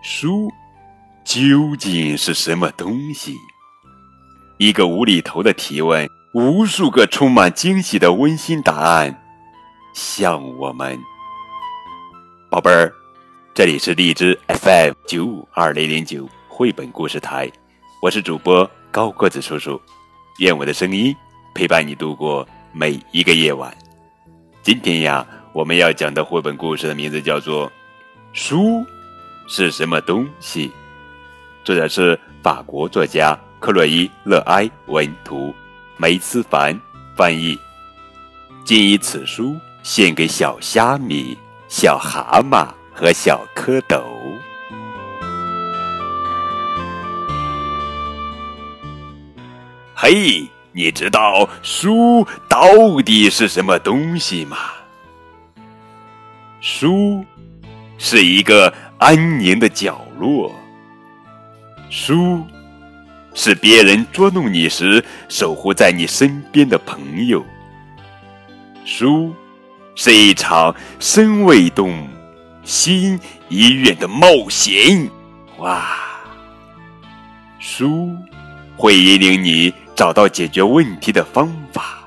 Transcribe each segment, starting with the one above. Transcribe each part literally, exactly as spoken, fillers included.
书究竟是什么东西？一个无厘头的提问，无数个充满惊喜的温馨答案向我们。宝贝儿，这里是荔枝 F M 九五二零零九绘本故事台，我是主播高个子叔叔，愿我的声音陪伴你度过每一个夜晚。今天呀，我们要讲的绘本故事的名字叫做《书是什么东西》，作者是法国作家克洛伊·勒埃文图，梅思凡翻译。谨以此书献给小虾米、小蛤蟆和小蝌蚪。嘿，你知道书到底是什么东西吗？书是一个安宁的角落，书是别人捉弄你时守护在你身边的朋友，书是一场身未动心已远的冒险。哇！书会引领你找到解决问题的方法，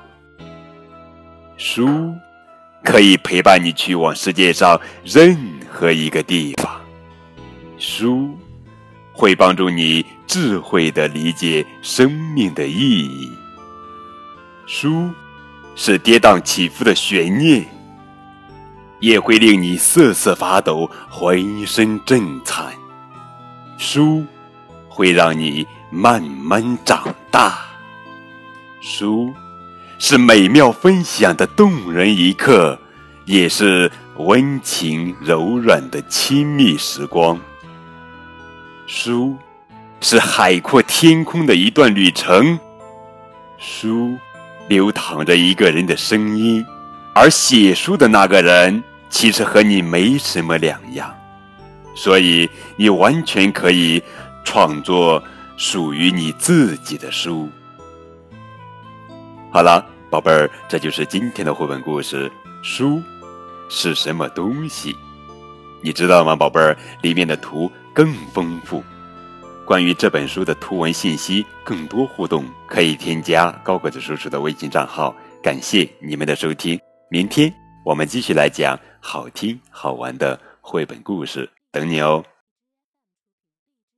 书可以陪伴你去往世界上任何一个地方，书会帮助你智慧地理解生命的意义，书是跌宕起伏的悬念，也会令你瑟瑟发抖，浑身震颤。书会让你慢慢长大，书是美妙分享的动人一刻，也是温情柔软的亲密时光。书是海阔天空的一段旅程，书流淌着一个人的声音，而写书的那个人其实和你没什么两样，所以你完全可以创作属于你自己的书。好了，宝贝儿，这就是今天的绘本故事。书是什么东西？你知道吗，宝贝儿？里面的图更丰富。关于这本书的图文信息，更多互动可以添加高个子叔叔的微信账号。感谢你们的收听，明天我们继续来讲好听好玩的绘本故事，等你哦。